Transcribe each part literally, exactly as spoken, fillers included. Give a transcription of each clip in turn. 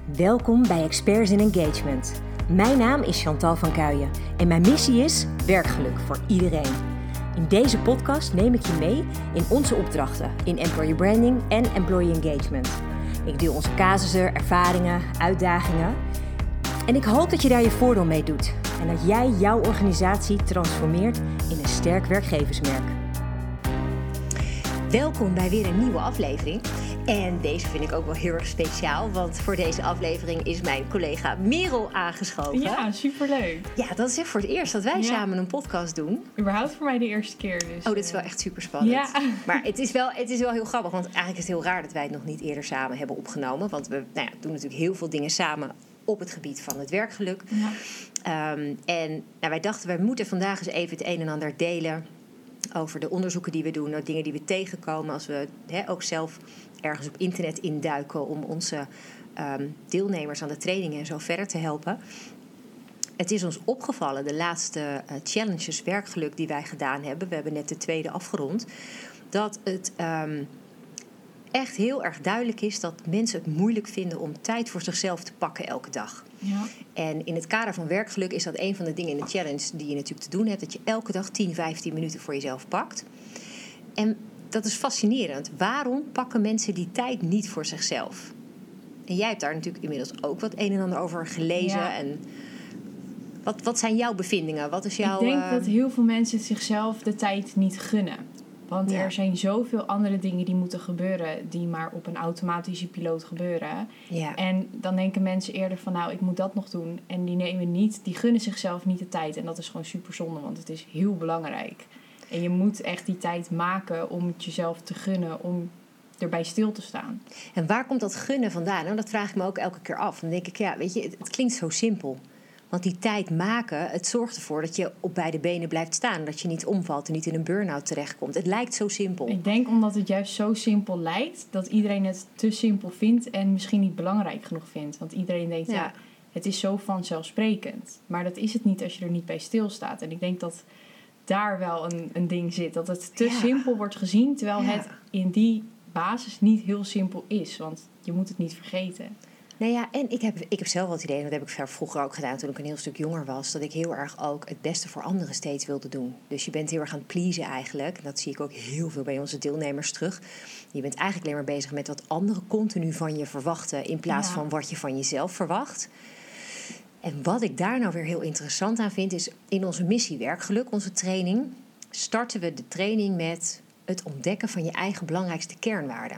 Welkom bij Experts in Engagement. Mijn naam is Chantal van Kuijen en mijn missie is werkgeluk voor iedereen. In deze podcast neem ik je mee in onze opdrachten in employer branding en employee engagement. Ik deel onze casussen, ervaringen, uitdagingen. En ik hoop dat je daar je voordeel mee doet en dat jij jouw organisatie transformeert in een sterk werkgeversmerk. Welkom bij weer een nieuwe aflevering. En deze vind ik ook wel heel erg speciaal, want voor deze aflevering is mijn collega Merel aangeschoven. Ja, superleuk. Ja, dat is echt voor het eerst dat wij ja. samen een podcast doen. Überhaupt voor mij de eerste keer. Dus, oh, dat is wel echt super spannend. Ja. Maar het is, wel, het is wel heel grappig, want eigenlijk is het heel raar dat wij het nog niet eerder samen hebben opgenomen. Want we nou ja, doen natuurlijk heel veel dingen samen op het gebied van het werkgeluk. Ja. Um, en nou, wij dachten, wij moeten vandaag eens even het een en ander delen over de onderzoeken die we doen, de dingen die we tegenkomen als we he, ook zelf ergens op internet induiken om onze um, deelnemers aan de trainingen en zo verder te helpen. Het is ons opgevallen, de laatste uh, challenges werkgeluk die wij gedaan hebben, we hebben net de tweede afgerond, dat het um, echt heel erg duidelijk is dat mensen het moeilijk vinden om tijd voor zichzelf te pakken elke dag. Ja. En in het kader van werkgeluk is dat een van de dingen in de challenge die je natuurlijk te doen hebt, dat je elke dag tien, vijftien minuten voor jezelf pakt. En dat is fascinerend. Waarom pakken mensen die tijd niet voor zichzelf? En jij hebt daar natuurlijk inmiddels ook wat een en ander over gelezen. Ja. En wat, wat zijn jouw bevindingen? Wat is jouw, Ik denk uh... dat heel veel mensen zichzelf de tijd niet gunnen. Want ja. er zijn zoveel andere dingen die moeten gebeuren, die maar op een automatische piloot gebeuren. Ja. En dan denken mensen eerder van, nou, ik moet dat nog doen. En die nemen niet, die gunnen zichzelf niet de tijd. En dat is gewoon super zonde, want het is heel belangrijk. En je moet echt die tijd maken om het jezelf te gunnen, om erbij stil te staan. En waar komt dat gunnen vandaan? Nou, dat vraag ik me ook elke keer af. Dan denk ik, ja, weet je, het, het klinkt zo simpel. Want die tijd maken, het zorgt ervoor dat je op beide benen blijft staan. Dat je niet omvalt en niet in een burn-out terechtkomt. Het lijkt zo simpel. Ik denk omdat het juist zo simpel lijkt, dat iedereen het te simpel vindt en misschien niet belangrijk genoeg vindt. Want iedereen denkt, ja, ja het is zo vanzelfsprekend. Maar dat is het niet als je er niet bij stilstaat. En ik denk dat daar wel een, een ding zit. Dat het te ja. simpel wordt gezien, terwijl ja. het in die basis niet heel simpel is. Want je moet het niet vergeten. Nou ja, en ik heb, ik heb zelf wel het idee, en dat heb ik vroeger ook gedaan toen ik een heel stuk jonger was, dat ik heel erg ook het beste voor anderen steeds wilde doen. Dus je bent heel erg aan het pleasen eigenlijk. En dat zie ik ook heel veel bij onze deelnemers terug. Je bent eigenlijk alleen maar bezig met wat anderen continu van je verwachten, in plaats ja. van wat je van jezelf verwacht. En wat ik daar nou weer heel interessant aan vind, is in onze missie Werkgeluk, onze training, starten we de training met het ontdekken van je eigen belangrijkste kernwaarden.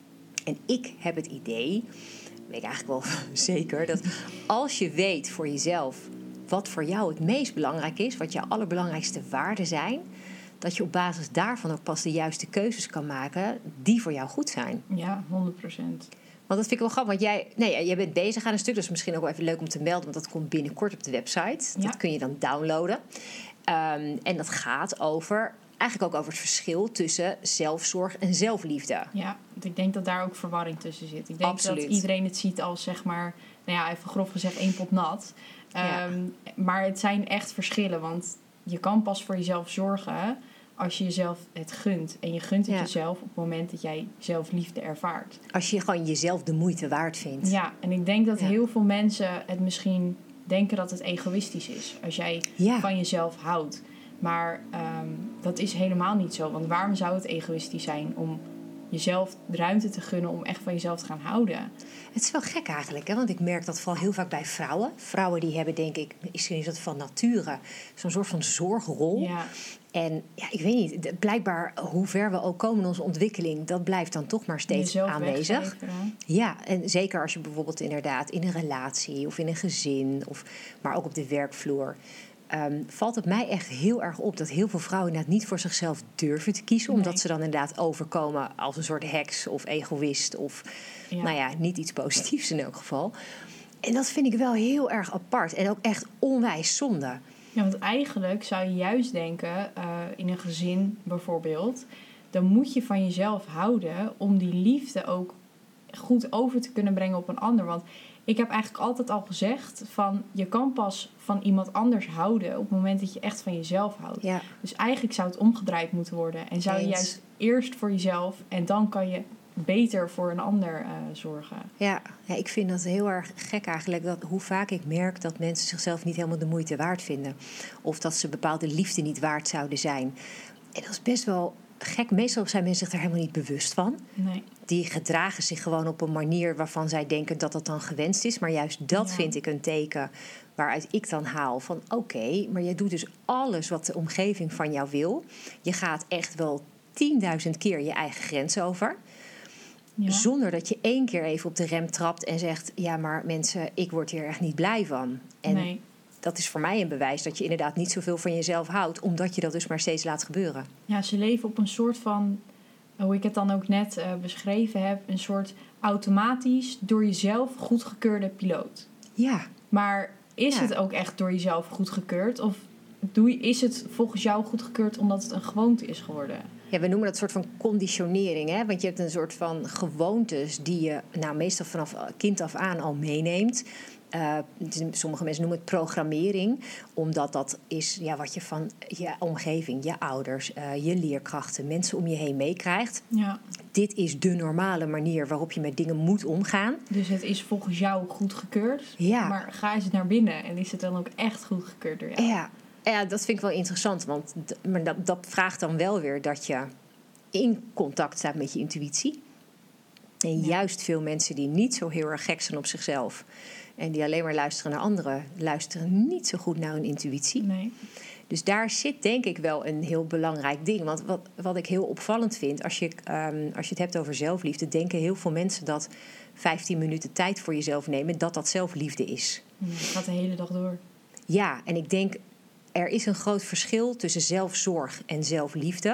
En ik heb het idee, weet ik eigenlijk wel zeker, dat als je weet voor jezelf wat voor jou het meest belangrijk is, wat jouw allerbelangrijkste waarden zijn, dat je op basis daarvan ook pas de juiste keuzes kan maken die voor jou goed zijn. Ja, honderd procent. Want dat vind ik wel grappig, want jij, nee, jij bent bezig aan een stuk, dus misschien ook wel even leuk om te melden, want dat komt binnenkort op de website. Ja. Dat kun je dan downloaden. Um, en dat gaat over, eigenlijk ook over het verschil tussen zelfzorg en zelfliefde. Ja, want ik denk dat daar ook verwarring tussen zit. Ik denk Absoluut. dat iedereen het ziet als, zeg maar, nou ja, even grof gezegd, één pot nat. Um, ja. Maar het zijn echt verschillen, want je kan pas voor jezelf zorgen als je jezelf het gunt. En je gunt het ja. jezelf op het moment dat jij zelfliefde ervaart. Als je gewoon jezelf de moeite waard vindt. Ja, en ik denk dat ja. heel veel mensen het misschien denken dat het egoïstisch is. Als jij ja. van jezelf houdt. Maar um, dat is helemaal niet zo. Want waarom zou het egoïstisch zijn om jezelf de ruimte te gunnen om echt van jezelf te gaan houden? Het is wel gek eigenlijk, hè? Want ik merk dat vooral heel vaak bij vrouwen. Vrouwen die hebben, denk ik, misschien is dat van nature, zo'n soort van zorgrol. Ja. En ja, ik weet niet, blijkbaar hoe ver we ook komen in onze ontwikkeling, dat blijft dan toch maar steeds aanwezig. Ja, en zeker als je bijvoorbeeld inderdaad in een relatie of in een gezin, of, maar ook op de werkvloer, Um, valt het mij echt heel erg op dat heel veel vrouwen inderdaad niet voor zichzelf durven te kiezen. Nee. Omdat ze dan inderdaad overkomen als een soort heks of egoïst. Of ja. nou ja, niet iets positiefs in elk geval. En dat vind ik wel heel erg apart. En ook echt onwijs zonde. Ja, want eigenlijk zou je juist denken, uh, in een gezin bijvoorbeeld, dan moet je van jezelf houden om die liefde ook goed over te kunnen brengen op een ander. Want ik heb eigenlijk altijd al gezegd van, je kan pas van iemand anders houden op het moment dat je echt van jezelf houdt. Ja. Dus eigenlijk zou het omgedraaid moeten worden. En zou je juist eerst voor jezelf en dan kan je beter voor een ander uh, zorgen. Ja, ja, ik vind dat heel erg gek eigenlijk. Dat hoe vaak ik merk dat mensen zichzelf niet helemaal de moeite waard vinden. Of dat ze bepaalde liefde niet waard zouden zijn. En dat is best wel gek. Meestal zijn mensen zich daar helemaal niet bewust van. Nee. Die gedragen zich gewoon op een manier waarvan zij denken dat dat dan gewenst is. Maar juist dat ja. vind ik een teken waaruit ik dan haal van oké, okay, maar je doet dus alles wat de omgeving van jou wil. Je gaat echt wel tienduizend keer je eigen grens over. Ja. Zonder dat je één keer even op de rem trapt en zegt, ja, maar mensen, ik word hier echt niet blij van. En nee. dat is voor mij een bewijs dat je inderdaad niet zoveel van jezelf houdt, omdat je dat dus maar steeds laat gebeuren. Ja, ze leven op een soort van, hoe ik het dan ook net uh, beschreven heb, een soort automatisch door jezelf goedgekeurde piloot. Ja. Maar is ja. het ook echt door jezelf goedgekeurd? Of doe je, is het volgens jou goedgekeurd omdat het een gewoonte is geworden? Ja, we noemen dat een soort van conditionering. Hè? Want je hebt een soort van gewoontes die je nou meestal vanaf kind af aan al meeneemt. Uh, sommige mensen noemen het programmering. Omdat dat is ja, wat je van je omgeving, je ouders, uh, je leerkrachten, mensen om je heen meekrijgt. Ja. Dit is de normale manier waarop je met dingen moet omgaan. Dus het is volgens jou goedgekeurd. Ja. Maar ga eens naar binnen en is het dan ook echt goedgekeurd door jou? Ja. Ja, dat vind ik wel interessant. Want d- maar dat, dat vraagt dan wel weer dat je in contact staat met je intuïtie. En ja. juist veel mensen die niet zo heel erg gek zijn op zichzelf en die alleen maar luisteren naar anderen, luisteren niet zo goed naar hun intuïtie. Nee. Dus daar zit denk ik wel een heel belangrijk ding. Want wat, wat ik heel opvallend vind, als je, um, als je het hebt over zelfliefde, denken heel veel mensen dat vijftien minuten tijd voor jezelf nemen, dat dat zelfliefde is. Ja, het gaat de hele dag door. Ja, en ik denk, er is een groot verschil tussen zelfzorg en zelfliefde.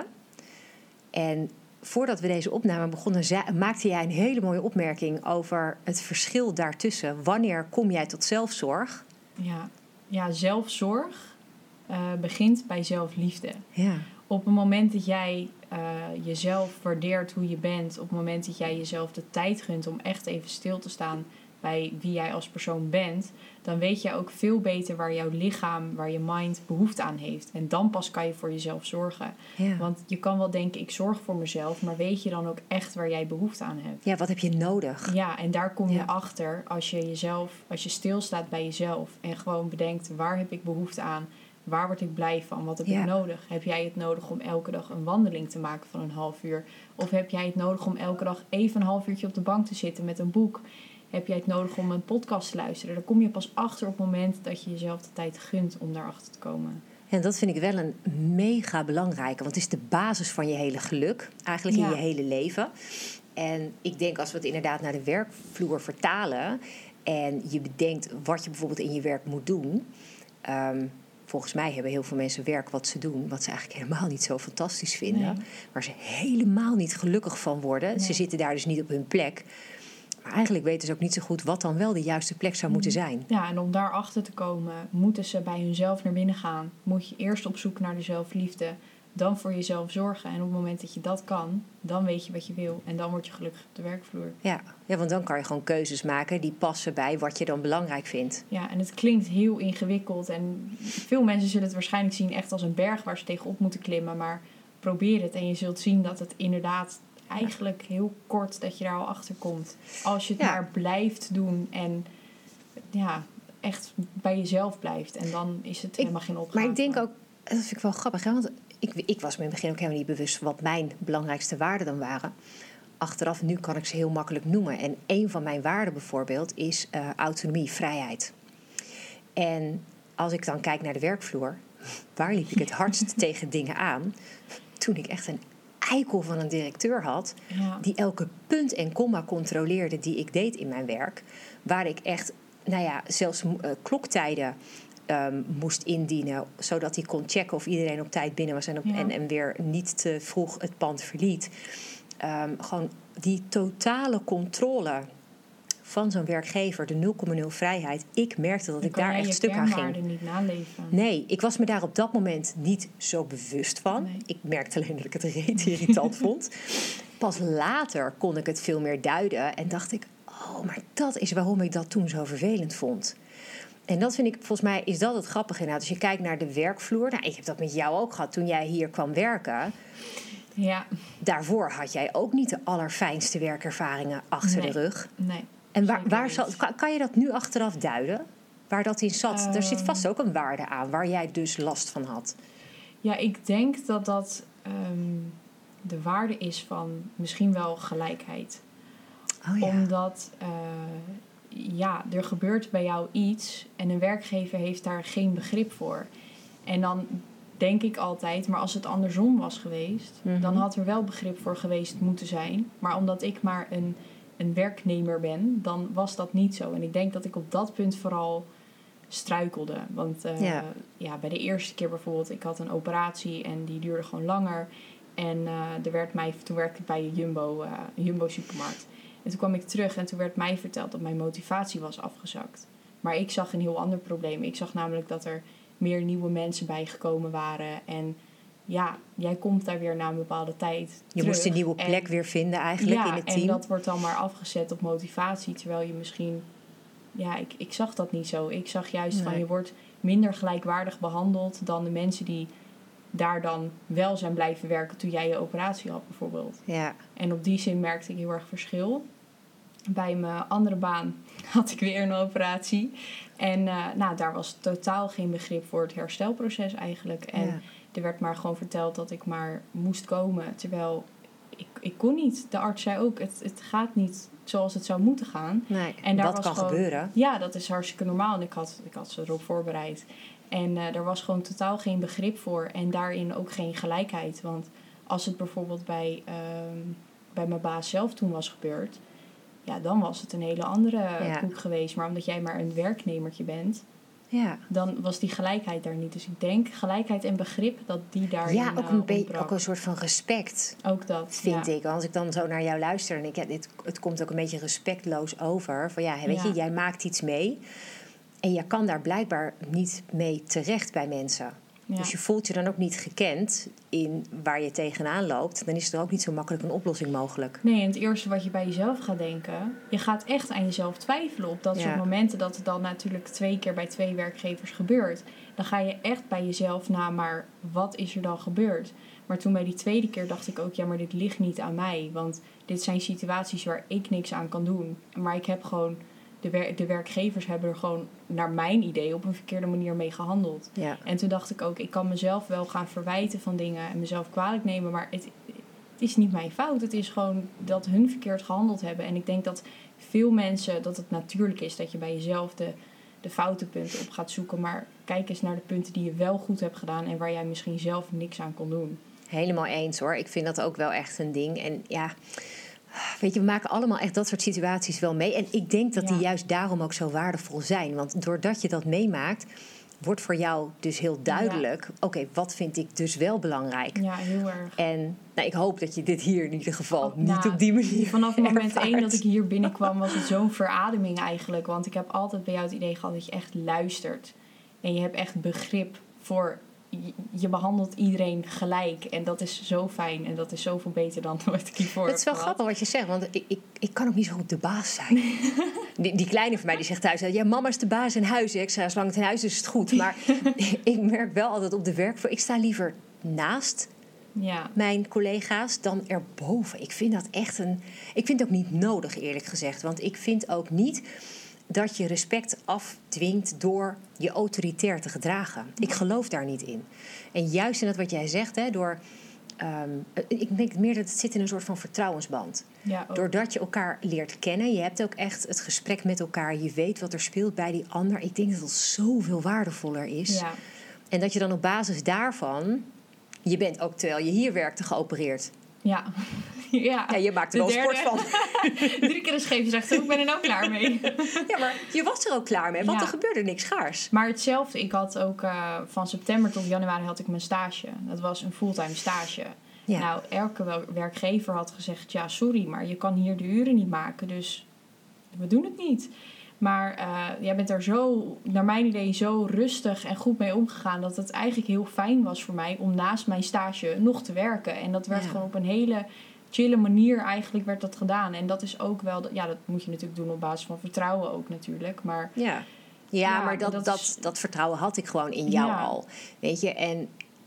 En voordat we deze opname begonnen, maakte jij een hele mooie opmerking over het verschil daartussen. Wanneer kom jij tot zelfzorg? Ja, ja zelfzorg uh, begint bij zelfliefde. Ja. Op het moment dat jij uh, jezelf waardeert hoe je bent, op het moment dat jij jezelf de tijd gunt om echt even stil te staan bij wie jij als persoon bent, dan weet jij ook veel beter waar jouw lichaam, waar je mind behoefte aan heeft. En dan pas kan je voor jezelf zorgen. Ja. Want je kan wel denken, ik zorg voor mezelf, maar weet je dan ook echt waar jij behoefte aan hebt? Ja, wat heb je nodig? Ja, en daar kom je ja. achter als je jezelf, als je stilstaat bij jezelf en gewoon bedenkt, waar heb ik behoefte aan? Waar word ik blij van? Wat heb ja. ik nodig? Heb jij het nodig om elke dag een wandeling te maken van een half uur? Of heb jij het nodig om elke dag even een half uurtje op de bank te zitten met een boek? Heb jij het nodig om een podcast te luisteren? Daar kom je pas achter op het moment dat je jezelf de tijd gunt om daarachter te komen. En dat vind ik wel een mega belangrijke. Want het is de basis van je hele geluk. Eigenlijk ja. in je hele leven. En ik denk als we het inderdaad naar de werkvloer vertalen en je bedenkt wat je bijvoorbeeld in je werk moet doen. Um, volgens mij hebben heel veel mensen werk wat ze doen, wat ze eigenlijk helemaal niet zo fantastisch vinden. Nee. Waar ze helemaal niet gelukkig van worden. Nee. Ze zitten daar dus niet op hun plek. Maar eigenlijk weten ze ook niet zo goed wat dan wel de juiste plek zou moeten zijn. Ja, en om daarachter te komen, moeten ze bij hunzelf naar binnen gaan. Moet je eerst op zoek naar de zelfliefde, dan voor jezelf zorgen. En op het moment dat je dat kan, dan weet je wat je wil. En dan word je gelukkig op de werkvloer. Ja, ja, want dan kan je gewoon keuzes maken die passen bij wat je dan belangrijk vindt. Ja, en het klinkt heel ingewikkeld. En veel mensen zullen het waarschijnlijk zien echt als een berg waar ze tegenop moeten klimmen. Maar probeer het en je zult zien dat het inderdaad eigenlijk heel kort dat je daar al achter komt. Als je het ja. maar blijft doen en ja, echt bij jezelf blijft. En dan is het helemaal ik, geen opgave. Maar ik denk ook, dat vind ik wel grappig, hè? Want ik, ik was me in het begin ook helemaal niet bewust wat mijn belangrijkste waarden dan waren. Achteraf, nu kan ik ze heel makkelijk noemen. En een van mijn waarden bijvoorbeeld is uh, autonomie, vrijheid. En als ik dan kijk naar de werkvloer, waar liep ik het hardst tegen dingen aan? Toen ik echt een eikel van een directeur had, ja. die elke punt en komma controleerde die ik deed in mijn werk. Waar ik echt, nou ja, zelfs uh, kloktijden um, moest indienen, zodat hij kon checken of iedereen op tijd binnen was en, op, ja. en, en weer niet te vroeg het pand verliet. Um, gewoon die totale controle van zo'n werkgever, de nul komma nul vrijheid. Ik merkte dat dan ik daar echt stuk aan ging. Niet naleven. Nee, ik was me daar op dat moment niet zo bewust van. Nee. Ik merkte alleen dat ik het reet irritant vond. Pas later kon ik het veel meer duiden en dacht ik, oh, maar dat is waarom ik dat toen zo vervelend vond. En dat vind ik, volgens mij is dat het grappige inderdaad. Als je kijkt naar de werkvloer, nou, ik heb dat met jou ook gehad toen jij hier kwam werken. Ja. Daarvoor had jij ook niet de allerfijnste werkervaringen achter nee. de rug. Nee. En waar, waar zat, kan, kan je dat nu achteraf duiden? Waar dat in zat? Um, er zit vast ook een waarde aan waar jij dus last van had. Ja, ik denk dat dat um, de waarde is van misschien wel gelijkheid. Oh, ja. Omdat uh, ja, er gebeurt bij jou iets en een werkgever heeft daar geen begrip voor. En dan denk ik altijd, maar als het andersom was geweest, mm-hmm. dan had er wel begrip voor geweest moeten zijn. Maar omdat ik maar een, een werknemer ben, dan was dat niet zo. En ik denk dat ik op dat punt vooral struikelde. Want uh, ja. Ja, bij de eerste keer bijvoorbeeld, ik had een operatie en die duurde gewoon langer. En uh, er werd mij, toen werkte ik bij een Jumbo, uh, een Jumbo supermarkt. En toen kwam ik terug en toen werd mij verteld dat mijn motivatie was afgezakt. Maar ik zag een heel ander probleem. Ik zag namelijk dat er meer nieuwe mensen bijgekomen waren. En ja, jij komt daar weer na een bepaalde tijd Je terug. moest een nieuwe plek en, weer vinden eigenlijk ja, in het team. En dat wordt dan maar afgezet op motivatie. Terwijl je misschien... Ja, ik, ik zag dat niet zo. Ik zag juist nee. van je wordt minder gelijkwaardig behandeld dan de mensen die daar dan wel zijn blijven werken toen jij je operatie had bijvoorbeeld. Ja. En op die zin merkte ik heel erg verschil. Bij mijn andere baan had ik weer een operatie. En uh, nou, daar was totaal geen begrip voor het herstelproces eigenlijk. En ja. er werd maar gewoon verteld dat ik maar moest komen. Terwijl ik, ik kon niet. De arts zei ook, het, het gaat niet zoals het zou moeten gaan. Nee, en daar dat was kan gewoon, gebeuren. Ja, dat is hartstikke normaal. En ik had, ik had ze erop voorbereid. En uh, er was gewoon totaal geen begrip voor. En daarin ook geen gelijkheid. Want als het bijvoorbeeld bij, uh, bij mijn baas zelf toen was gebeurd... Ja, dan was het een hele andere ja. koek geweest. Maar omdat jij maar een werknemertje bent... Ja. dan was die gelijkheid daar niet. Dus ik denk gelijkheid en begrip dat die daarin Ja, ook een, uh, be- ook een soort van respect. Ook dat, vind ja. ik. Want als ik dan zo naar jou luister... en ik, ja, dit, het komt ook een beetje respectloos over. Van ja, weet ja. je, jij maakt iets mee... en je kan daar blijkbaar niet mee terecht bij mensen... Ja. Dus je voelt je dan ook niet gekend in waar je tegenaan loopt. Dan is er ook niet zo makkelijk een oplossing mogelijk. Nee, en het eerste wat je bij jezelf gaat denken... je gaat echt aan jezelf twijfelen op dat ja. soort momenten... dat het dan natuurlijk twee keer bij twee werkgevers gebeurt. Dan ga je echt bij jezelf na, maar wat is er dan gebeurd? Maar toen bij die tweede keer dacht ik ook... ja, maar dit ligt niet aan mij. Want dit zijn situaties waar ik niks aan kan doen. Maar ik heb gewoon... De, wer- de werkgevers hebben er gewoon, naar mijn idee, op een verkeerde manier mee gehandeld. Ja. En toen dacht ik ook, ik kan mezelf wel gaan verwijten van dingen en mezelf kwalijk nemen, maar het, het is niet mijn fout. Het is gewoon dat hun verkeerd gehandeld hebben. En ik denk dat veel mensen, dat het natuurlijk is dat je bij jezelf de, de foute punten op gaat zoeken. Maar kijk eens naar de punten die je wel goed hebt gedaan en waar jij misschien zelf niks aan kon doen. Helemaal eens hoor. Ik vind dat ook wel echt een ding. En ja... Weet je, we maken allemaal echt dat soort situaties wel mee. En ik denk dat ja. die juist daarom ook zo waardevol zijn. Want doordat je dat meemaakt, wordt voor jou dus heel duidelijk... Ja. Oké, okay, wat vind ik dus wel belangrijk? Ja, heel erg. En nou, ik hoop dat je dit hier in ieder geval oh, niet nou, op die manier vanaf het moment ervaart. één dat ik hier binnenkwam, was het zo'n verademing eigenlijk. Want ik heb altijd bij jou het idee gehad dat je echt luistert. En je hebt echt begrip voor... Je behandelt iedereen gelijk. En dat is zo fijn. En dat is zoveel beter dan wat ik hiervoor heb. Het is wel gehad. grappig wat je zegt. Want ik, ik, ik kan ook niet zo goed de baas zijn. die, die kleine van mij die zegt thuis... Ja, mama is de baas in huis. Ik zeg, zolang het in huis is, is het goed. Maar ik merk wel altijd op de werkvloer... Ik sta liever naast ja. mijn collega's dan erboven. Ik vind dat echt een... Ik vind het ook niet nodig, eerlijk gezegd. Want ik vind ook niet... dat je respect afdwingt door je autoritair te gedragen. Ik geloof daar niet in. En juist in dat wat jij zegt, hè, door... Um, ik denk meer dat het zit in een soort van vertrouwensband. Ja, doordat je elkaar leert kennen. Je hebt ook echt het gesprek met elkaar. Je weet wat er speelt bij die ander. Ik denk dat het zoveel waardevoller is. Ja. En dat je dan op basis daarvan... Je bent ook, terwijl je hier werkte, geopereerd. Ja. Ja, ja, je maakt er wel sport van. Drie keer een scheefje zegt, ik ben er nou klaar mee. Ja, maar je was er ook klaar mee, want ja. er gebeurde niks gaars. Maar hetzelfde, ik had ook uh, van september tot januari had ik mijn stage. Dat was een fulltime stage. Ja. Nou, elke werkgever had gezegd, ja, sorry, maar je kan hier de uren niet maken, dus we doen het niet. Maar uh, jij bent er zo, naar mijn idee, zo rustig en goed mee omgegaan... dat het eigenlijk heel fijn was voor mij om naast mijn stage nog te werken. En dat werd ja. gewoon op een hele chille manier eigenlijk werd dat gedaan. En dat is ook wel... Ja, dat moet je natuurlijk doen op basis van vertrouwen ook natuurlijk. Maar, ja. Ja, ja, maar dat, dat, dat, is... dat vertrouwen had ik gewoon in jou ja. al. Weet je, en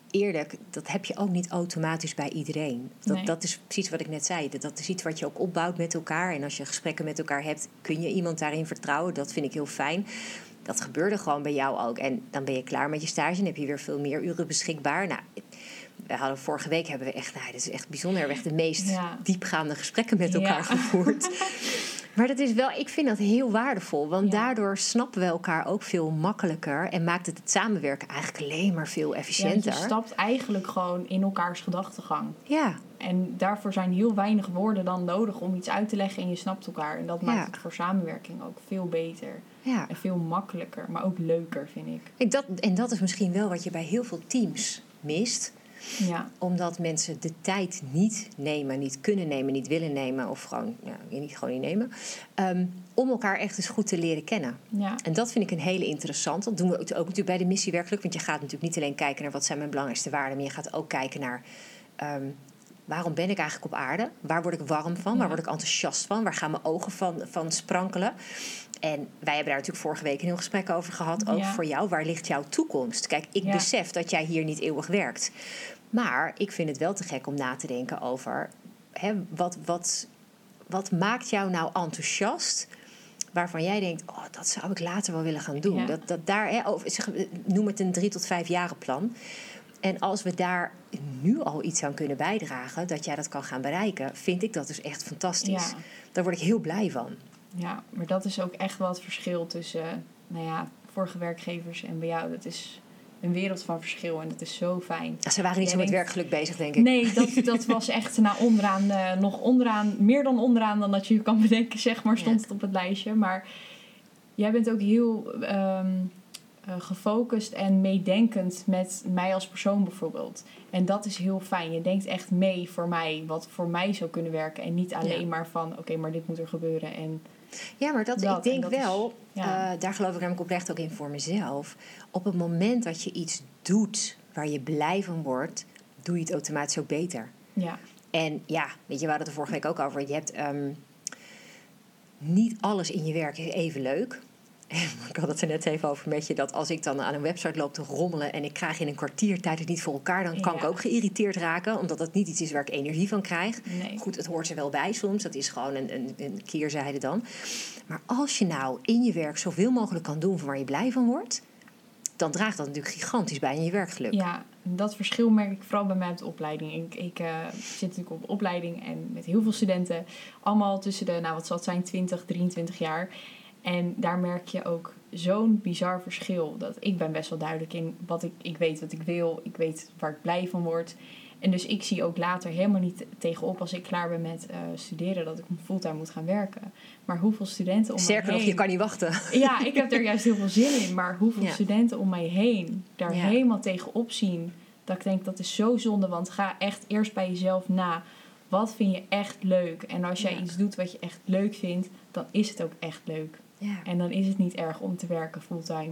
eerlijk, dat heb je ook niet automatisch bij iedereen. Dat, Nee. dat is precies wat ik net zei. Dat, dat is iets wat je ook opbouwt met elkaar. En als je gesprekken met elkaar hebt, kun je iemand daarin vertrouwen. Dat vind ik heel fijn. Dat gebeurde gewoon bij jou ook. En dan ben je klaar met je stage en heb je weer veel meer uren beschikbaar. Nou, we hadden vorige week hebben we echt, nou, dat is echt bijzonder, we hebben echt de meest Ja. diepgaande gesprekken met elkaar Ja. gevoerd. Maar dat is wel, ik vind dat heel waardevol. Want Ja. daardoor snappen we elkaar ook veel makkelijker. En maakt het het samenwerken eigenlijk alleen maar veel Ja, efficiënter. want je stapt eigenlijk gewoon in elkaars gedachtegang. Ja, En daarvoor zijn heel weinig woorden dan nodig om iets uit te leggen en je snapt elkaar. En dat Ja. maakt het voor samenwerking ook veel beter. ja. En veel makkelijker, maar ook leuker, vind ik. En dat, en dat is misschien wel wat je bij heel veel teams mist. Ja, Omdat mensen de tijd niet nemen, niet kunnen nemen, niet willen nemen. Of gewoon, ja, niet gewoon niet nemen. Um, om elkaar echt eens goed te leren kennen. ja, En dat vind ik een hele interessante. Dat doen we ook natuurlijk bij de missie werkelijk. Want je gaat natuurlijk niet alleen kijken naar wat zijn mijn belangrijkste waarden. Maar je gaat ook kijken naar um, waarom ben ik eigenlijk op aarde? Waar word ik warm van? Ja. Waar word ik enthousiast van? Waar gaan mijn ogen van, van sprankelen? En wij hebben daar natuurlijk vorige week een heel gesprek over gehad. Ook Ja. voor jou, waar ligt jouw toekomst? Kijk, ik Ja. besef dat jij hier niet eeuwig werkt. Maar ik vind het wel te gek om na te denken over... Hè, wat, wat, wat maakt jou nou enthousiast... waarvan jij denkt, oh, dat zou ik later wel willen gaan doen. Ja. Dat, dat daar, hè, over, zeg, noem het een drie tot vijf jaren plan. En als we daar nu al iets aan kunnen bijdragen... dat jij dat kan gaan bereiken... vind ik dat dus echt fantastisch. Ja. Daar word ik heel blij van. ja, maar dat is ook echt wel het verschil tussen, nou ja, vorige werkgevers en bij jou. Dat is een wereld van verschil en dat is zo fijn. Ja, ze waren niet Jij zo met denkt- werkgeluk bezig, denk ik. Nee, dat, dat was echt nou, onderaan, eh, nog onderaan, meer dan onderaan dan dat je je kan bedenken, zeg maar, stond Ja. het op het lijstje. Maar jij bent ook heel ehm, uh, gefocust en meedenkend met mij als persoon bijvoorbeeld. En dat is heel fijn. Je denkt echt mee voor mij, wat voor mij zou kunnen werken. En niet alleen Ja. maar van, oké, maar dit moet er gebeuren. En Ja, maar dat, Dat, ik denk en dat is- wel, ja. uh, daar geloof ik namelijk oprecht ook in voor mezelf. Op het moment dat je iets doet waar je blij van wordt, doe je het automatisch ook beter. ja, En ja, weet je, we hadden het er vorige week ook over. Je hebt um, niet alles in je werk is even leuk. Ik had het er net even over met je, dat als ik dan aan een website loop te rommelen en ik krijg in een kwartier tijd het niet voor elkaar, dan kan Ja. ik ook geïrriteerd raken, omdat dat niet iets is waar ik energie van krijg. nee. Goed, het hoort er wel bij soms, dat is gewoon een, een, een keerzijde dan. Maar als je nou in je werk zoveel mogelijk kan doen van waar je blij van wordt, dan draagt dat natuurlijk gigantisch bij in je werkgeluk. Ja, dat verschil merk ik vooral bij mij op de opleiding. Ik, ik uh, zit natuurlijk op opleiding en met heel veel studenten. Allemaal tussen de, nou wat zal het zijn, twintig, drieëntwintig jaar. En daar merk je ook zo'n bizar verschil. Dat ik ben best wel duidelijk in wat ik... Ik weet wat ik wil, ik weet waar ik blij van word. En dus ik zie ook later helemaal niet tegenop als ik klaar ben met uh, studeren, dat ik fulltime moet gaan werken. Maar hoeveel studenten om Sterker mij heen... nog, je kan niet wachten. Ja, ik heb er juist heel veel zin in. Maar hoeveel Ja. studenten om mij heen daar Ja. helemaal tegenop zien. Dat ik denk, dat is zo zonde. Want ga echt eerst bij jezelf na. Wat vind je echt leuk? En als jij Ja. iets doet wat je echt leuk vindt, dan is het ook echt leuk. Ja. En dan is het niet erg om te werken fulltime.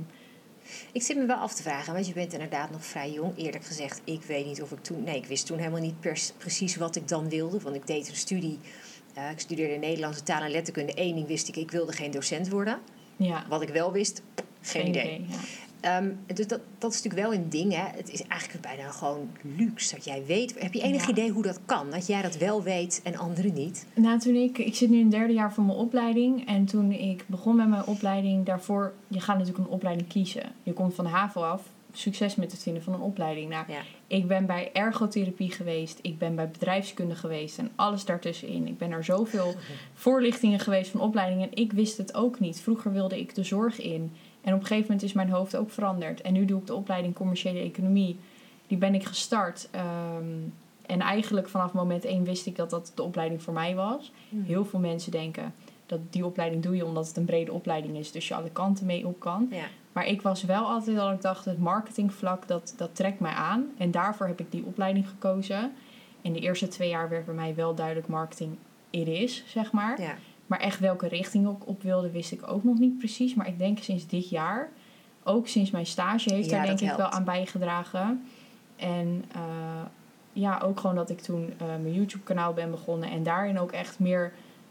Ik zit me wel af te vragen, want je bent inderdaad nog vrij jong. Eerlijk gezegd, ik weet niet of ik toen... Nee, ik wist toen helemaal niet pers- precies wat ik dan wilde. Want ik deed een studie. Uh, ik studeerde Nederlandse taal en letterkunde. Eén ding wist ik, ik wilde geen docent worden. Ja, Wat ik wel wist, geen, geen idee. idee. Ja. Um, dus dat, dat is natuurlijk wel een ding, hè. Het is eigenlijk bijna gewoon luxe dat jij weet... Heb je enig Ja. idee hoe dat kan? Dat jij dat wel weet en anderen niet? Nou, toen ik... Ik zit nu in het derde jaar van mijn opleiding. En toen ik begon met mijn opleiding daarvoor... Je gaat natuurlijk een opleiding kiezen. Je komt van de HAVO af. Succes met het vinden van een opleiding. Nou, Ja. ik ben bij ergotherapie geweest. Ik ben bij bedrijfskunde geweest. En alles daartussenin. Ik ben naar zoveel voorlichtingen geweest van opleidingen. En ik wist het ook niet. Vroeger wilde ik de zorg in. En op een gegeven moment is mijn hoofd ook veranderd. En nu doe ik de opleiding commerciële economie. Die ben ik gestart. Um, en eigenlijk vanaf moment één wist ik dat dat de opleiding voor mij was. Hmm. Heel veel mensen denken dat die opleiding doe je omdat het een brede opleiding is. Dus je alle kanten mee op kan. Ja. Maar ik was wel altijd dat ik dacht, het marketingvlak, dat, dat trekt mij aan. En daarvoor heb ik die opleiding gekozen. En de eerste twee jaar werd bij mij wel duidelijk marketing it is, zeg maar. Ja. Maar echt welke richting ik op wilde, wist ik ook nog niet precies. Maar ik denk sinds dit jaar, ook sinds mijn stage, heeft Ja, daar denk dat ik wel helpt. aan bijgedragen. En uh, ja, ook gewoon dat ik toen uh, mijn YouTube-kanaal ben begonnen. En daarin ook echt meer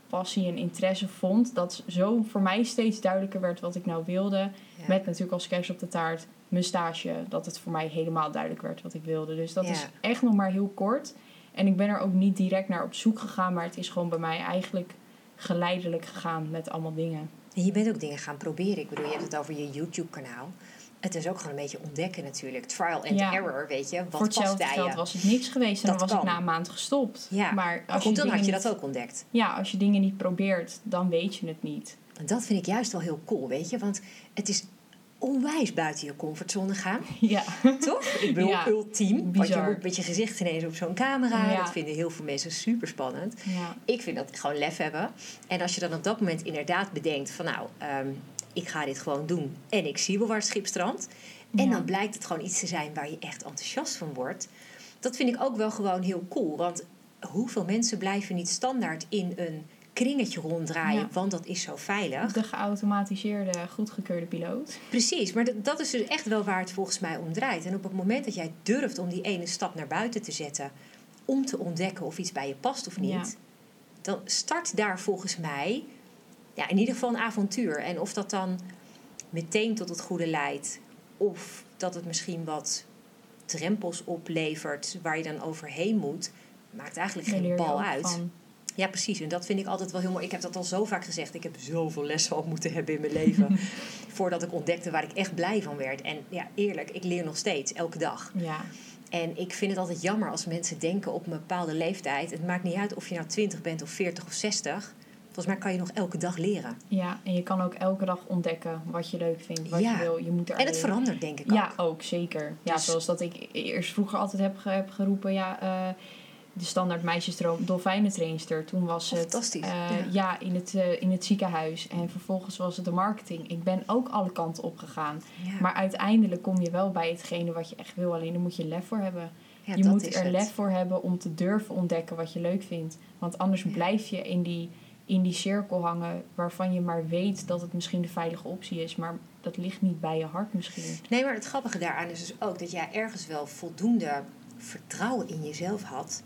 passie en interesse vond, dat zo voor mij steeds duidelijker werd wat ik nou wilde. Ja. Met natuurlijk als kerst op de taart mijn stage, dat het voor mij helemaal duidelijk werd wat ik wilde. Dus dat ja. is echt nog maar heel kort. En ik ben er ook niet direct naar op zoek gegaan, maar het is gewoon bij mij eigenlijk geleidelijk gegaan met allemaal dingen. En je bent ook dingen gaan proberen. Ik bedoel, je hebt het over je YouTube-kanaal. Het is ook gewoon een beetje ontdekken natuurlijk. Trial and ja. error, weet je. Wat voor hetzelfde past bij geld je? Was het niks geweest en dat dan was kan. ik na een maand gestopt. Ja. Maar als goed, je dan had je niet, dat ook ontdekt. Ja, als je dingen niet probeert, dan weet je het niet. En dat vind ik juist wel heel cool, weet je. Want het is onwijs buiten je comfortzone gaan. Ja. Toch? Ik bedoel, ja. ultiem. Bizar. Want je moet met je gezicht ineens op zo'n camera. Ja. Dat vinden heel veel mensen super spannend. Ja. Ik vind dat gewoon lef hebben. En als je dan op dat moment inderdaad bedenkt van nou, um, ik ga dit gewoon doen. En ik zie wel waar het schip strandt. En ja. dan blijkt het gewoon iets te zijn waar je echt enthousiast van wordt. Dat vind ik ook wel gewoon heel cool. Want hoeveel mensen blijven niet standaard in een kringetje ronddraaien, ja. want dat is zo veilig. De geautomatiseerde, goedgekeurde piloot. Precies, maar d- dat is dus echt wel waar het volgens mij om draait. En op het moment dat jij durft om die ene stap naar buiten te zetten, om te ontdekken of iets bij je past of niet, ja. dan start daar volgens mij ja, in ieder geval een avontuur. En of dat dan meteen tot het goede leidt, of dat het misschien wat drempels oplevert waar je dan overheen moet, maakt eigenlijk Daar geen bal uit. Van. Ja, precies. En dat vind ik altijd wel heel mooi. Ik heb dat al zo vaak gezegd. Ik heb zoveel lessen al moeten hebben in mijn leven. voordat ik ontdekte waar ik echt blij van werd. En ja, eerlijk, ik leer nog steeds, elke dag. Ja. En ik vind het altijd jammer als mensen denken op een bepaalde leeftijd. Het maakt niet uit of je nou twintig bent of veertig of zestig. Volgens mij kan je nog elke dag leren. Ja, en je kan ook elke dag ontdekken wat je leuk vindt, wat ja. je wil. Je moet er en het verandert denk ik ja, ook. Ja, ook, zeker. Ja, dus... zoals dat ik eerst vroeger altijd heb, heb geroepen, ja... Uh, de standaard meisjesdroom, dolfijnentrainster. Toen was het Fantastisch. Uh, ja. ja, in, het, uh, in het ziekenhuis. En vervolgens was het de marketing. Ik ben ook alle kanten opgegaan. Ja. Maar uiteindelijk kom je wel bij hetgene wat je echt wil. Alleen daar moet je lef voor hebben. Ja, je moet er het. lef voor hebben om te durven ontdekken wat je leuk vindt. Want anders ja. blijf je in die, in die cirkel hangen waarvan je maar weet dat het misschien de veilige optie is. Maar dat ligt niet bij je hart misschien. Nee, maar het grappige daaraan is dus ook dat jij ergens wel voldoende vertrouwen in jezelf had.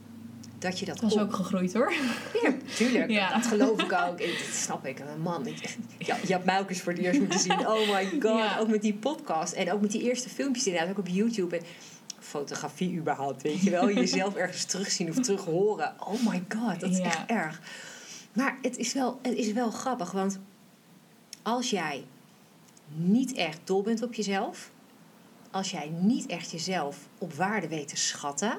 Dat je dat was kon. ook gegroeid hoor. Ja, tuurlijk. Ja. Dat geloof ik ook. Dat snap ik. Man, ik, ja, je hebt mij ook eens voor het eerst moeten zien. Oh my god. Ja. Ook met die podcast. En ook met die eerste filmpjes inderdaad. Ook op YouTube. En fotografie überhaupt. Weet je wel. Jezelf ergens terugzien of terug horen. Oh my god. Dat is ja. echt erg. Maar het is, wel, het is wel grappig. Want als jij niet echt dol bent op jezelf. Als jij niet echt jezelf op waarde weet te schatten,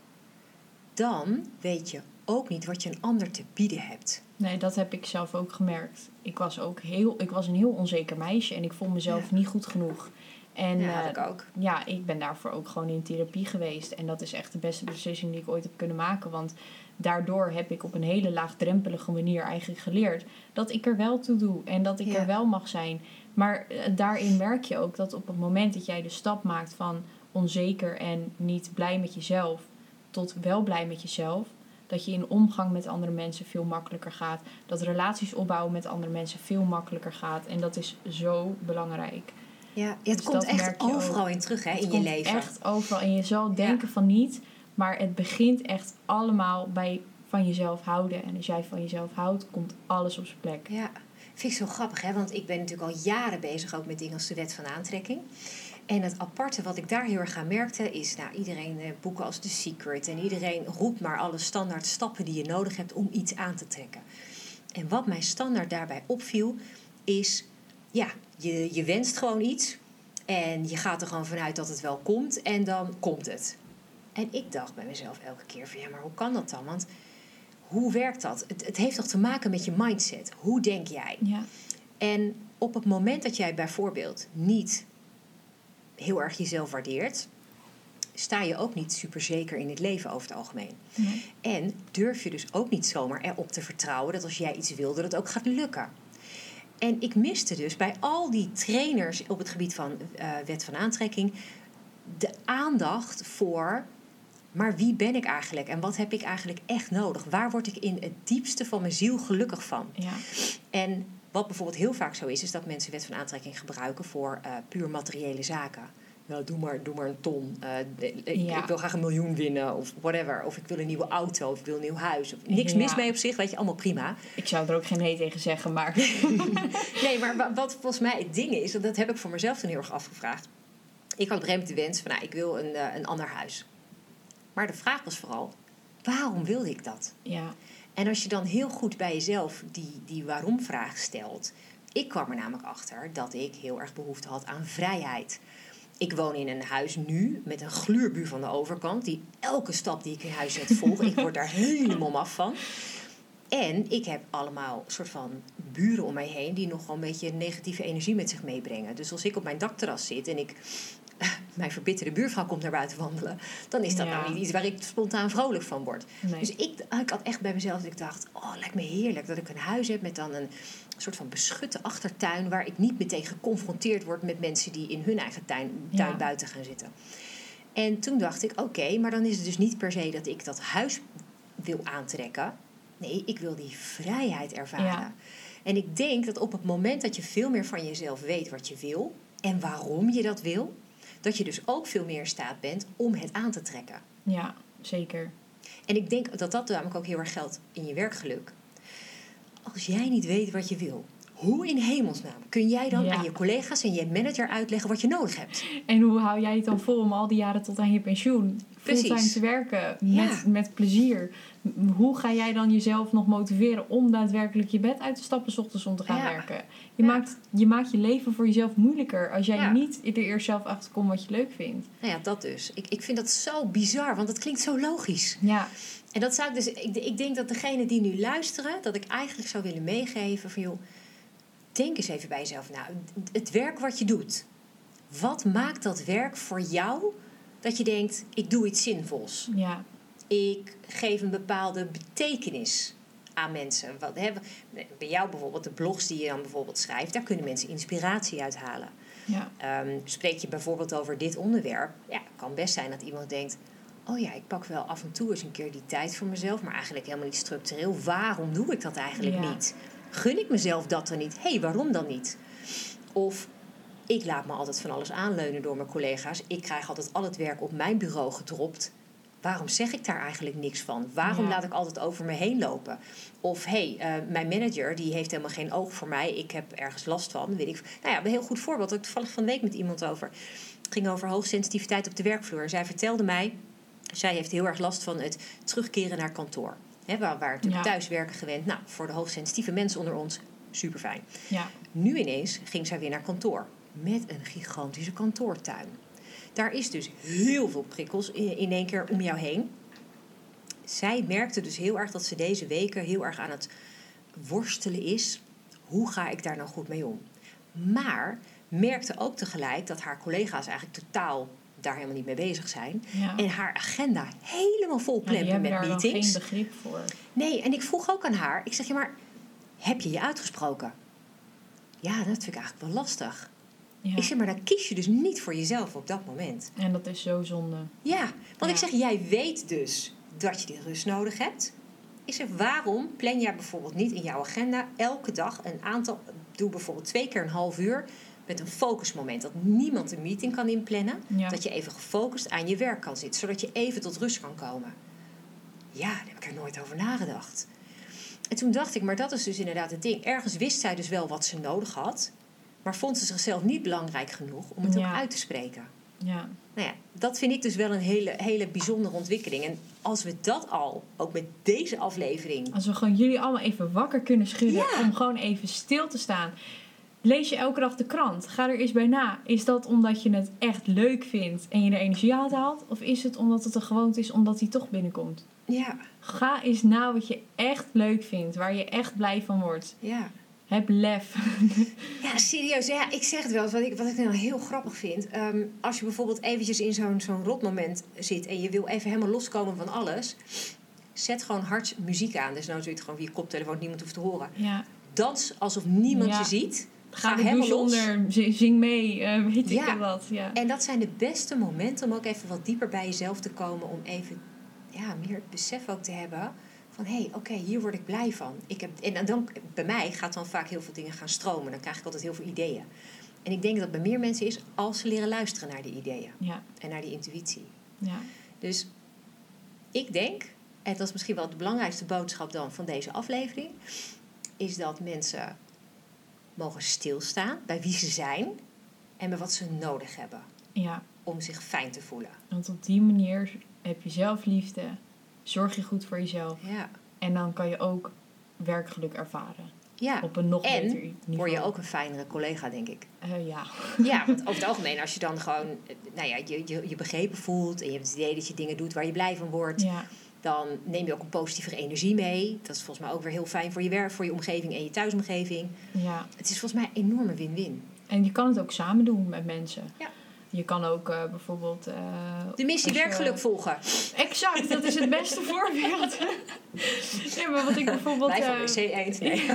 dan weet je ook niet wat je een ander te bieden hebt. Nee, dat heb ik zelf ook gemerkt. Ik was ook heel, ik was een heel onzeker meisje en ik vond mezelf ja. niet goed genoeg. En ja, uh, ik ook. Ja, ik ben daarvoor ook gewoon in therapie geweest. En dat is echt de beste beslissing die ik ooit heb kunnen maken. Want daardoor heb ik op een hele laagdrempelige manier eigenlijk geleerd dat ik er wel toe doe en dat ik ja. er wel mag zijn. Maar uh, daarin merk je ook dat op het moment dat jij de stap maakt van onzeker en niet blij met jezelf tot wel blij met jezelf, dat je in omgang met andere mensen veel makkelijker gaat. Dat relaties opbouwen met andere mensen veel makkelijker gaat. En dat is zo belangrijk. Ja, ja het dus komt echt overal ook. in terug hè, het in je komt leven. Echt overal. En je zal denken ja. van niet, maar het begint echt allemaal bij van jezelf houden. En als jij van jezelf houdt, komt alles op zijn plek. Ja, vind ik zo grappig hè, want ik ben natuurlijk al jaren bezig ook met dingen als de wet van aantrekking. En het aparte wat ik daar heel erg aan merkte is, nou, iedereen eh, boeken als The Secret en iedereen roept maar alle standaard stappen die je nodig hebt om iets aan te trekken. En wat mij standaard daarbij opviel is, ja, je, je wenst gewoon iets en je gaat er gewoon vanuit dat het wel komt en dan komt het. En ik dacht bij mezelf elke keer van, ja, maar hoe kan dat dan? Want hoe werkt dat? Het, het heeft toch te maken met je mindset. Hoe denk jij? Ja. En op het moment dat jij bijvoorbeeld niet heel erg jezelf waardeert, sta je ook niet super zeker in het leven over het algemeen. Nee. En durf je dus ook niet zomaar erop te vertrouwen dat als jij iets wil, dat het ook gaat lukken. En ik miste dus bij al die trainers op het gebied van uh, wet van aantrekking de aandacht voor, maar wie ben ik eigenlijk en wat heb ik eigenlijk echt nodig? Waar word ik in het diepste van mijn ziel gelukkig van? Ja. En wat bijvoorbeeld heel vaak zo is, is dat mensen wet van aantrekking gebruiken voor uh, puur materiële zaken. ja, doe, maar, doe maar een ton. Uh, ik, ja. ik wil graag een miljoen winnen of whatever. Of ik wil een nieuwe auto of ik wil een nieuw huis. Of, niks ja. mis mee op zich, weet je, allemaal prima. Ik zou er ook geen nee tegen zeggen, maar... nee, maar wat volgens mij het ding is, dat heb ik voor mezelf toen heel erg afgevraagd. Ik had op een gegeven moment de wens van, nou, ik wil een, uh, een ander huis. Maar de vraag was vooral, waarom wilde ik dat? Ja. En als je dan heel goed bij jezelf die, die waarom-vraag stelt... Ik kwam er namelijk achter dat ik heel erg behoefte had aan vrijheid. Ik woon in een huis nu met een gluurbuur van de overkant... die elke stap die ik in huis zet volgt. Ik word daar helemaal af van. En ik heb allemaal soort van buren om mij heen... die nog wel een beetje negatieve energie met zich meebrengen. Dus als ik op mijn dakterras zit en ik... mijn verbitterde buurvrouw komt naar buiten wandelen... dan is dat ja. nou niet iets waar ik spontaan vrolijk van word. Nee. Dus ik, ik had echt bij mezelf dat ik dacht... oh, het lijkt me heerlijk dat ik een huis heb met dan een soort van beschutte achtertuin... waar ik niet meteen geconfronteerd word met mensen... die in hun eigen tuin, tuin ja. buiten gaan zitten. En toen dacht ik, oké, okay, maar dan is het dus niet per se... dat ik dat huis wil aantrekken. Nee, ik wil die vrijheid ervaren. Ja. En ik denk dat op het moment dat je veel meer van jezelf weet wat je wil... en waarom je dat wil... dat je dus ook veel meer in staat bent om het aan te trekken. Ja, zeker. En ik denk dat dat namelijk ook heel erg geldt in je werkgeluk. Als jij niet weet wat je wil, hoe in hemelsnaam kun jij dan ja. aan je collega's en je manager uitleggen wat je nodig hebt? En hoe hou jij het dan vol om al die jaren tot aan je pensioen fulltime te werken ja. met, met plezier? Hoe ga jij dan jezelf nog motiveren om daadwerkelijk je bed uit te stappen 's ochtends om te gaan ja. werken? Je, ja. maakt, je maakt je leven voor jezelf moeilijker als jij ja. niet er eerst zelf achter komt wat je leuk vindt. Nou ja, dat dus. Ik, ik vind dat zo bizar, want het klinkt zo logisch. Ja. En dat zou ik dus. Ik, ik denk dat degenen die nu luisteren, dat ik eigenlijk zou willen meegeven van joh, denk eens even bij jezelf. Nou, het werk wat je doet. Wat maakt dat werk voor jou dat je denkt, ik doe iets zinvols? Ja. Ik geef een bepaalde betekenis aan mensen. Wat, hè, bij jou bijvoorbeeld, de blogs die je dan bijvoorbeeld schrijft, daar kunnen mensen inspiratie uit halen. Ja. Um, spreek je bijvoorbeeld over dit onderwerp, ja, het kan best zijn dat iemand denkt, oh ja, ik pak wel af en toe eens een keer die tijd voor mezelf, maar eigenlijk helemaal niet structureel. Waarom doe ik dat eigenlijk ja. niet? Gun ik mezelf dat dan niet? Hé, hey, waarom dan niet? Of ik laat me altijd van alles aanleunen door mijn collega's. Ik krijg altijd al het werk op mijn bureau gedropt. Waarom zeg ik daar eigenlijk niks van? Waarom ja. laat ik altijd over me heen lopen? Of hé, hey, uh, mijn manager die heeft helemaal geen oog voor mij. Ik heb ergens last van. Weet ik. Nou ja, een heel goed voorbeeld. Ik toevallig van de week met iemand over. Het ging over hoogsensitiviteit op de werkvloer. Zij vertelde mij, zij heeft heel erg last van het terugkeren naar kantoor. He, waar we natuurlijk ja. thuiswerken gewend. Nou, voor de hoogsensitieve mensen onder ons, super fijn. Ja. Nu ineens ging zij weer naar kantoor. Met een gigantische kantoortuin. Daar is dus heel veel prikkels in één keer om jou heen. Zij merkte dus heel erg dat ze deze weken heel erg aan het worstelen is. Hoe ga ik daar nou goed mee om? Maar merkte ook tegelijk dat haar collega's eigenlijk totaal daar helemaal niet mee bezig zijn. Ja. En haar agenda helemaal vol plempen ja, met meetings. Die hebben daar geen begrip voor. Nee, en ik vroeg ook aan haar. Ik zeg, ja, maar heb je je uitgesproken? Ja, dat vind ik eigenlijk wel lastig. Ja. Ik zeg, maar dan kies je dus niet voor jezelf op dat moment. En dat is zo zonde. Ja, want ja. ik zeg, jij weet dus dat je die rust nodig hebt. Ik zeg, waarom plan jij bijvoorbeeld niet in jouw agenda elke dag een aantal... Doe bijvoorbeeld twee keer een half uur met een focusmoment. Dat niemand een meeting kan inplannen. Ja. Dat je even gefocust aan je werk kan zitten. Zodat je even tot rust kan komen. Ja, daar heb ik er nooit over nagedacht. En toen dacht ik, maar dat is dus inderdaad het ding. Ergens wist zij dus wel wat ze nodig had. Maar vond ze zichzelf niet belangrijk genoeg om het ja. ook uit te spreken. Ja. Nou ja, dat vind ik dus wel een hele, hele bijzondere ontwikkeling. En als we dat al, ook met deze aflevering... Als we gewoon jullie allemaal even wakker kunnen schudden... Ja. om gewoon even stil te staan. Lees je elke dag de krant? Ga er eens bij na. Is dat omdat je het echt leuk vindt en je er energie uit haalt? Of is het omdat het een gewoonte is omdat die toch binnenkomt? Ja. Ga eens na wat je echt leuk vindt. Waar je echt blij van wordt. Ja. Heb lef. Ja, serieus. Ja, ik zeg het wel eens. Wat ik, wat ik nou heel grappig vind. Um, als je bijvoorbeeld eventjes in zo'n, zo'n rotmoment zit... en je wil even helemaal loskomen van alles... zet gewoon hard muziek aan. Dus nou zit gewoon via je koptelefoon, niemand hoeft te horen. Ja. Dans alsof niemand ja. je ziet. Ga, Ga de helemaal los. Onder, zing mee, uh, weet ja. ik wat. Ja. En dat zijn de beste momenten om ook even wat dieper bij jezelf te komen... om even ja, meer het besef ook te hebben... van hé, hey, oké, okay, hier word ik blij van. Ik heb, en dan, bij mij gaat dan vaak heel veel dingen gaan stromen. Dan krijg ik altijd heel veel ideeën. En ik denk dat het bij meer mensen is als ze leren luisteren naar die ideeën. Ja. En naar die intuïtie. Ja. Dus ik denk, en dat is misschien wel de belangrijkste boodschap dan van deze aflevering, is dat mensen mogen stilstaan bij wie ze zijn en bij wat ze nodig hebben. Ja. Om zich fijn te voelen. Want op die manier heb je zelfliefde, zorg je goed voor jezelf. Ja. En dan kan je ook werkgeluk ervaren. Ja. Op een nog en beter niveau. word je ook een fijnere collega, denk ik. Uh, ja. Ja, want over het algemeen, als je dan gewoon nou ja, je, je, je begrepen voelt en je hebt het idee dat je dingen doet waar je blij van wordt, Ja. dan neem je ook een positievere energie mee. Dat is volgens mij ook weer heel fijn voor je werk, voor je omgeving en je thuisomgeving. Ja. Het is volgens mij een enorme win-win. En je kan het ook samen doen met mensen. Ja. Je kan ook uh, bijvoorbeeld... Uh, de missie werkgeluk je... volgen. Exact, dat is het beste voorbeeld. Nee, maar wat ik bijvoorbeeld... Wij van W C eens, nee.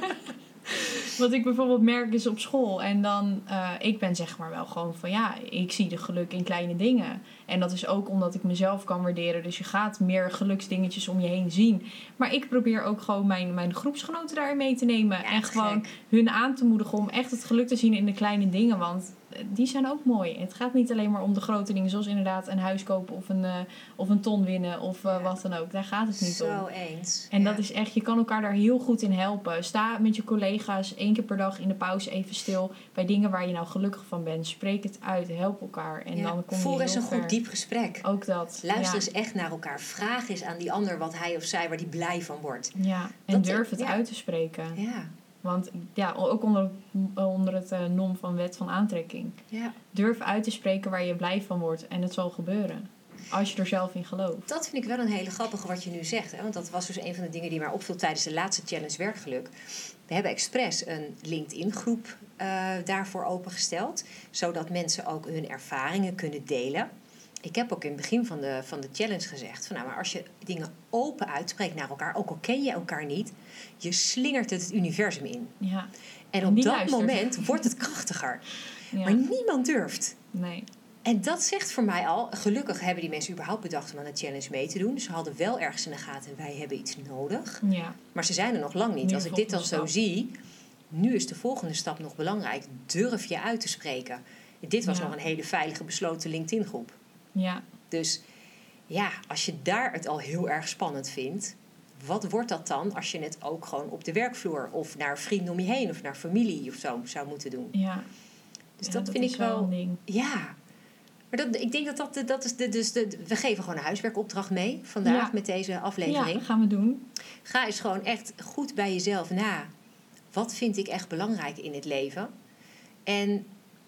Wat ik bijvoorbeeld merk is op school. En dan, uh, ik ben zeg maar wel gewoon van ja, ik zie de geluk in kleine dingen. En dat is ook omdat ik mezelf kan waarderen. Dus je gaat meer geluksdingetjes om je heen zien. Maar ik probeer ook gewoon mijn, mijn groepsgenoten daarin mee te nemen. Ja, en gewoon gek. hun aan te moedigen om echt het geluk te zien in de kleine dingen. Want die zijn ook mooi. Het gaat niet alleen maar om de grote dingen. Zoals inderdaad een huis kopen of een, uh, of een ton winnen of uh, ja. wat dan ook. Daar gaat het niet Zo om. Zo eens. En ja. dat is echt, je kan elkaar daar heel goed in helpen. Sta met je collega's één keer per dag in de pauze even stil. Bij dingen waar je nou gelukkig van bent. Spreek het uit. Help elkaar. En ja. dan kom je Voer heel eens een ver. goed diep gesprek. Ook dat. Luister ja. eens echt naar elkaar. Vraag eens aan die ander wat hij of zij, waar die blij van wordt. Ja, en dat durf het ja. uit te spreken. Ja. Want ja, ook onder, onder het uh, nom van wet van aantrekking. Ja. Durf uit te spreken waar je blij van wordt. En het zal gebeuren. Als je er zelf in gelooft. Dat vind ik wel een hele grappige wat je nu zegt. Hè? Want dat was dus een van de dingen die mij opviel tijdens de laatste challenge werkgeluk. We hebben expres een LinkedIn groep uh, daarvoor opengesteld. Zodat mensen ook hun ervaringen kunnen delen. Ik heb ook in het begin van de, van de challenge gezegd... Van, nou, maar als je dingen open uitspreekt naar elkaar... ook al ken je elkaar niet... je slingert het het universum in. Ja. En op dat luistert. moment wordt het krachtiger. Ja. Maar niemand durft. Nee. En dat zegt voor mij al... gelukkig hebben die mensen überhaupt bedacht om aan de challenge mee te doen. Ze hadden wel ergens in de gaten... wij hebben iets nodig. Ja. Maar ze zijn er nog lang niet. Nu Als ik dit dan stap. zo zie... nu is de volgende stap nog belangrijk. Durf je uit te spreken. Dit was ja. nog een hele veilige besloten LinkedIn groep. Ja. Dus ja, als je daar het al heel erg spannend vindt... wat wordt dat dan als je het ook gewoon op de werkvloer... of naar vrienden om je heen of naar familie of zo zou moeten doen? Ja. Dus ja, dat, dat vind is ik wel... een ding. Ja. Maar dat, ik denk dat dat, dat is de, dus de... We geven gewoon een huiswerkopdracht mee vandaag ja. met deze aflevering. Ja, gaan we doen. Ga eens gewoon echt goed bij jezelf na. Wat vind ik echt belangrijk in het leven? En...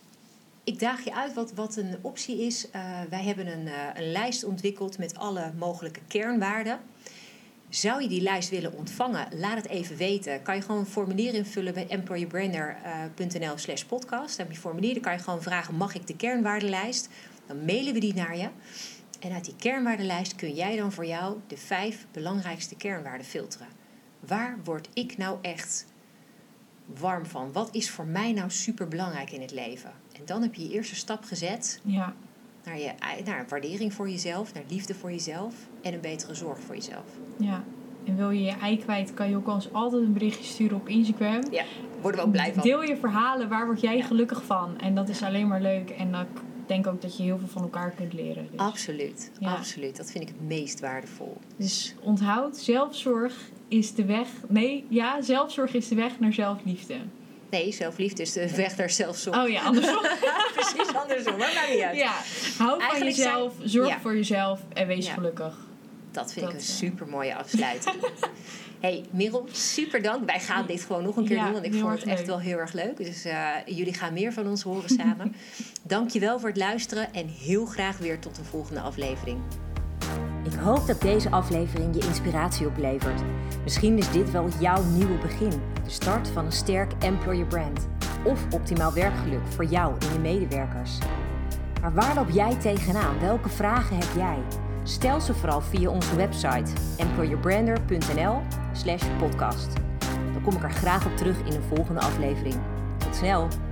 ik daag je uit wat, wat een optie is. Uh, wij hebben een, uh, een lijst ontwikkeld met alle mogelijke kernwaarden. Zou je die lijst willen ontvangen? Laat het even weten. Kan je gewoon een formulier invullen bij employerbrander punt n l slash podcast. Dan heb je een formulier, dan kan je gewoon vragen... mag ik de kernwaardenlijst? Dan mailen we die naar je. En uit die kernwaardenlijst kun jij dan voor jou... de vijf belangrijkste kernwaarden filteren. Waar word ik nou echt... warm van? Wat is voor mij nou super belangrijk in het leven? En dan heb je je eerste stap gezet ja. naar, je, naar waardering voor jezelf, naar liefde voor jezelf en een betere zorg voor jezelf. Ja, en wil je je ei kwijt, kan je ook als altijd een berichtje sturen op Instagram. Ja, worden we ook blij van. Deel je verhalen, waar word jij ja. gelukkig van? En dat is alleen maar leuk en ik denk ook dat je heel veel van elkaar kunt leren. Dus. Absoluut, ja. absoluut. Dat vind ik het meest waardevol. Dus onthoud, zelfzorg is de weg... Nee, ja, zelfzorg is de weg naar zelfliefde. Nee, zelfliefde is de weg naar zelfzorg. Oh ja, andersom. Precies andersom, maar maakt niet uit. Ja, hou Eigenlijk van jezelf, zijn... zorg ja. voor jezelf en wees ja. gelukkig. Dat vind dat, ik een super mooie afsluiting. Hey Merel, super dank. Wij gaan dit gewoon nog een keer ja, doen, want ik vond het echt leuk. wel heel erg leuk. Dus uh, jullie gaan meer van ons horen samen. Dank je wel voor het luisteren en heel graag weer tot een volgende aflevering. Ik hoop dat deze aflevering je inspiratie oplevert. Misschien is dit wel jouw nieuwe begin. De start van een sterk employer brand. Of optimaal werkgeluk voor jou en je medewerkers. Maar waar loop jij tegenaan? Welke vragen heb jij? Stel ze vooral via onze website employerbrander punt n l slash podcast. Dan kom ik er graag op terug in een volgende aflevering. Tot snel!